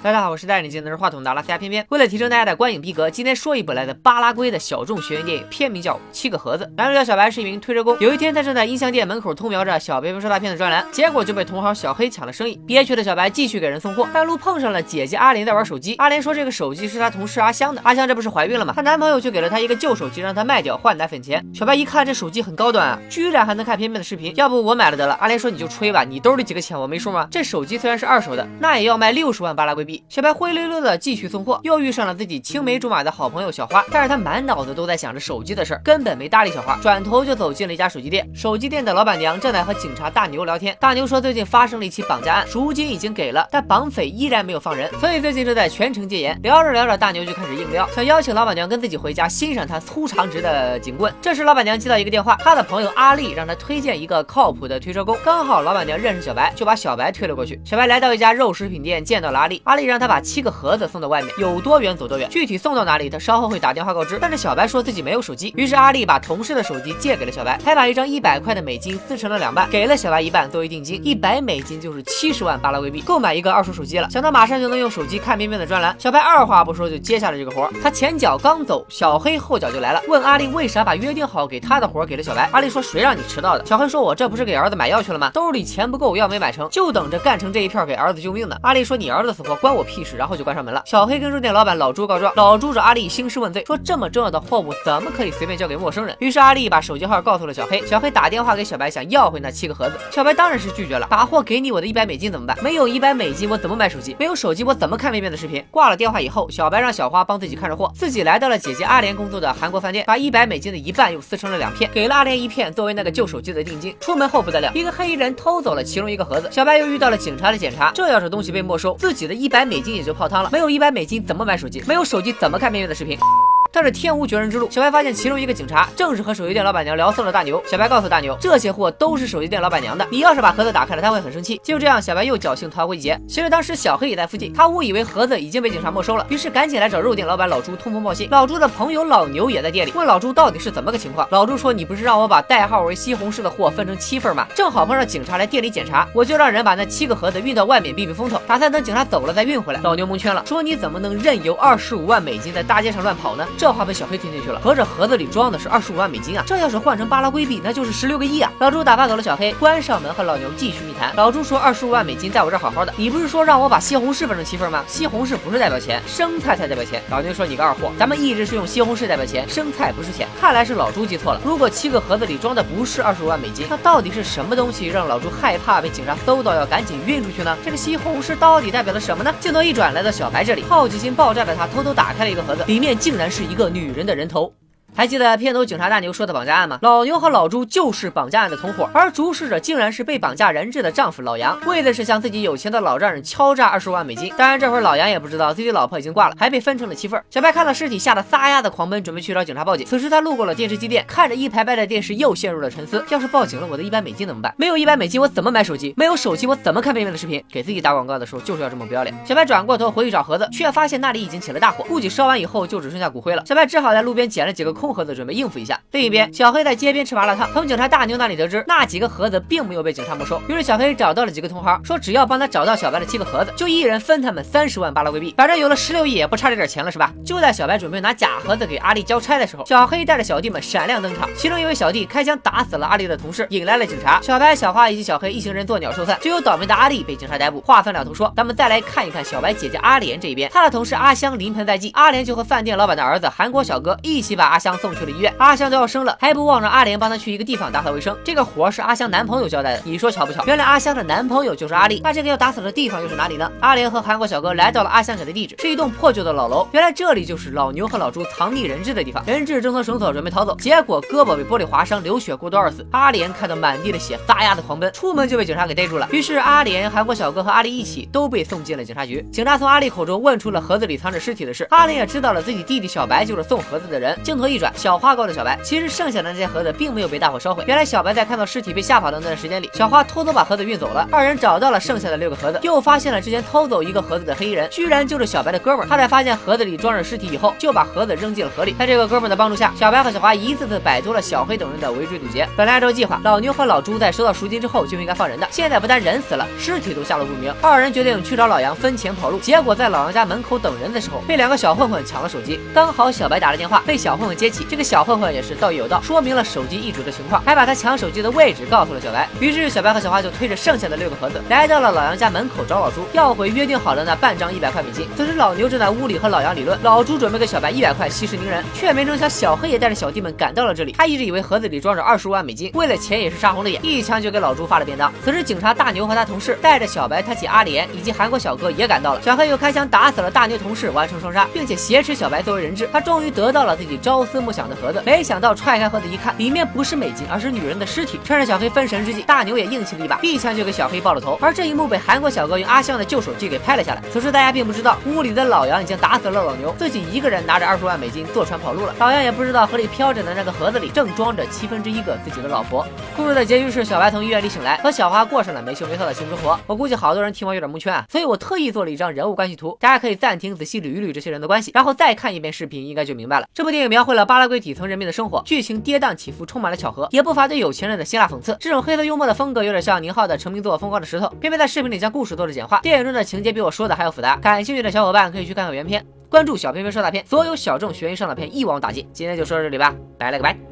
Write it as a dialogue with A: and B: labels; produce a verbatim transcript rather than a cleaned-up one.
A: 大家好，我是带你进的是话筒的阿拉斯加偏偏。为了提升大家的观影逼格，今天说一本来自巴拉圭的小众悬疑电影，片名叫《七个盒子》。男主角小白是一名推车工，有一天他正在音像店门口偷瞄着小白被收大片的专栏，结果就被同行小黑抢了生意。憋屈的小白继续给人送货，半路碰上了姐姐阿莲在玩手机。阿莲说这个手机是她同事阿香的，阿香这不是怀孕了吗？她男朋友就给了她一个旧手机，让她卖掉换奶粉钱。小白一看这手机很高端啊，居然还能看片片的视频，要不我买了得了。阿莲说你就吹吧，你兜里几个钱我没数吗？这手机虽然是二手的，那也要卖六十万巴拉圭币。小白灰溜溜的继续送货，又遇上了自己青梅竹马的好朋友小花，但是他满脑子都在想着手机的事儿，根本没搭理小花，转头就走进了一家手机店。手机店的老板娘正在和警察大牛聊天，大牛说最近发生了一起绑架案，赎金已经给了，但绑匪依然没有放人，所以最近正在全城戒严。聊着聊着，大牛就开始硬撩，想邀请老板娘跟自己回家欣赏他粗长直的警棍。这时老板娘接到一个电话，他的朋友阿丽让他推荐一个靠谱的推车工，刚好老板娘认识小白，就把小白推了过去。小白来到一家肉食品店，见到了阿丽，阿丽让他把七个盒子送到外面，有多远走多远，具体送到哪里他稍后会打电话告知。但是小白说自己没有手机，于是阿丽把同事的手机借给了小白，还把一张一百块的美金撕成了两半，给了小白一半作为定金。一百美金就是七十万巴拉圭币，购买一个二手手机了。想到马上就能用手机看片片的专栏，小白二话不说就接下了这个活。他前脚刚走，小黑后脚就来了，问阿丽为啥把约定好给他的活给了小白。阿丽说谁让你迟到的？小黑说我这不是给儿子买药去了吗？兜里钱不够，药没买成，就等着干成这一票给儿子救命呢。阿丽说你儿子死活关我屁事，然后就关上门了。小黑跟肉店老板老朱告状，老朱找阿丽兴师问罪，说这么重要的货物怎么可以随便交给陌生人？于是阿丽把手机号告诉了小黑，小黑打电话给小白想要回那七个盒子，小白当然是拒绝了，把货给你，我的一百美金怎么办？没有一百美金我怎么买手机？没有手机我怎么看片片的视频？挂了电话以后，小白让小花帮自己看着货，自己来到了姐姐阿莲工作的韩国饭店，把一百美金的一半又撕成了两片，给了阿莲一片作为那个旧手机的定金。出门后不得了，一个黑衣人偷走了其中一个盒子，小白又遇到了警察的检查，这要是东西被没收，自己的一百美金也就泡汤了。没有一百美金怎么买手机？没有手机怎么看片片的视频？但是天无绝人之路，小白发现其中一个警察正是和手机店老板娘聊骚的大牛。小白告诉大牛，这些货都是手机店老板娘的，你要是把盒子打开了，他会很生气。就这样，小白又侥幸逃过一劫。其实当时小黑也在附近，他误以为盒子已经被警察没收了，于是赶紧来找肉店老板老朱通风报信。老朱的朋友老牛也在店里，问老朱到底是怎么个情况。老朱说，你不是让我把代号为西红柿的货分成七份吗？正好碰上警察来店里检查，我就让人把那七个盒子运到外面避避风头，打算等警察走了再运回来。老牛蒙圈了，说你怎么能任由二十五万美金在大街上乱跑呢？这话被小黑听见去了，合着盒子里装的是二十五万美金啊！这要是换成巴拉圭币，那就是十六个亿啊！老朱打发走了小黑，关上门和老牛继续密谈。老朱说，二十五万美金在我这好好的，你不是说让我把西红柿分成七份吗？西红柿不是代表钱，生菜才代表钱。老牛说，你个二货，咱们一直是用西红柿代表钱，生菜不是钱。看来是老朱记错了。如果七个盒子里装的不是二十五万美金，那到底是什么东西让老朱害怕被警察搜到要赶紧运出去呢？这个西红柿到底代表了什么呢？镜头一转，来到小白这里，好奇心爆炸的他偷偷打开了一个盒子，里面竟然是一个女人的人头。还记得片头警察大牛说的绑架案吗？老牛和老朱就是绑架案的同伙，而主使者竟然是被绑架人质的丈夫老杨，为的是向自己有钱的老丈人敲诈二十万美金。当然这会儿老杨也不知道自己老婆已经挂了，还被分成了七份。小白看到尸体，吓得撒丫的狂奔，准备去找警察报警。此时他路过了电视机店，看着一排排的电视又陷入了沉思。要是报警了，我的一百美金怎么办？没有一百美金我怎么买手机？没有手机我怎么看片片的视频？给自己打广告的时候就是要这么不要脸。小白转过头回去找盒子，却发现那里已经起了大火，估计烧完以后就只剩下骨灰了。小白只好在路边捡了几个空盒子，准备应付一下。另一边，小黑在街边吃麻辣烫，从警察大牛那里得知那几个盒子并没有被警察没收，于是小黑找到了几个同行，说只要帮他找到小白的七个盒子，就一人分他们三十万巴拉圭币。反正有了十六亿也不差这点钱了是吧？就在小白准备拿假盒子给阿丽交差的时候，小黑带着小弟们闪亮登场，其中一位小弟开枪打死了阿丽的同事，引来了警察。小白、小花以及小黑一行人做鸟兽散，只有倒霉的阿丽被警察逮捕。话分两头说，咱们再来看一看小白姐姐阿莲这一边，她的同事阿香临盆在即，阿莲就和饭店老板的儿子韩国小哥一起把阿香送去了医院。阿香都要生了，还不忘让阿莲帮她去一个地方打扫卫生。这个活是阿香男朋友交代的，你说巧不巧？原来阿香的男朋友就是阿丽，那这个要打扫的地方又是哪里呢？阿莲和韩国小哥来到了阿香给的地址，是一栋破旧的老楼。原来这里就是老牛和老朱藏匿人质的地方，人质挣脱绳索准备逃走，结果胳膊被玻璃划伤，流血过多而死。阿莲看到满地的血，撒丫子狂奔，出门就被警察给逮住了。于是阿莲、韩国小哥和阿丽一起都被送进了警察局。警察从阿丽口中问出了盒子里藏着尸体的事，阿莲也知道了自己弟弟小白就是送盒子的人。镜头一转， 转，小花告诉小白，其实剩下的那些盒子并没有被大火烧毁。原来小白在看到尸体被吓跑的那段时间里，小花偷偷把盒子运走了。二人找到了剩下的六个盒子，又发现了之前偷走一个盒子的黑衣人，居然就是小白的哥们儿。他在发现盒子里装着尸体以后，就把盒子扔进了河里。在这个哥们儿的帮助下，小白和小花一次次摆脱了小黑等人的围追堵截。本来按照计划，老牛和老朱在收到赎金之后就应该放人的，现在不但人死了，尸体都下落不明。二人决定去找老杨分钱跑路，结果在老杨家门口等人的时候，被两个小混混抢了手机。刚好小白打了电话，被小混混接起。这个小混混也是道义有道，说明了手机易主的情况，还把他抢手机的位置告诉了小白。于是小白和小花就推着剩下的六个盒子，来到了老杨家门口找老朱，要回约定好的那半张一百块美金。此时老牛正在屋里和老杨理论，老朱准备给小白一百块息事宁人，却没成想小黑也带着小弟们赶到了这里。他一直以为盒子里装着二十五万美金，为了钱也是杀红了眼，一枪就给老朱发了便当。此时警察大牛和他同事带着小白、他姐阿莲以及韩国小哥也赶到了。小黑又开枪打死了大牛同事，完成双杀，并且挟持小白作为人质。他终于得到了自己朝思暮想的盒子，没想到踹开盒子一看，里面不是美金，而是女人的尸体。趁着小黑分神之际，大牛也硬气了一把，一枪就给小黑爆了头。而这一幕被韩国小哥用阿香的旧手机给拍了下来。此时大家并不知道，屋里的老杨已经打死了老牛，自己一个人拿着二十万美金坐船跑路了。老杨也不知道河里飘着的那个盒子里正装着七分之一个自己的老婆。故事的结局是小白从医院里醒来，和小花过上了没羞没臊的性生活。我估计好多人听完有点蒙圈啊，所以我特意做了一张人物关系图，大家可以暂停仔细捋一捋这些人的关系，然后再看一遍视频，应该就明白了。这部电影描绘了巴拉圭底层人民的生活，剧情跌宕起伏，充满了巧合，也不乏对有钱人的辛辣讽刺。这种黑色幽默的风格有点像宁浩的成名作《疯狂的石头》，偏偏在视频里将故事做了简化，电影中的情节比我说的还要复杂。感兴趣的小伙伴可以去看看原片，关注小偏偏说大片，所有小众悬疑上的片一网打尽。今天就说到这里吧，拜了个拜。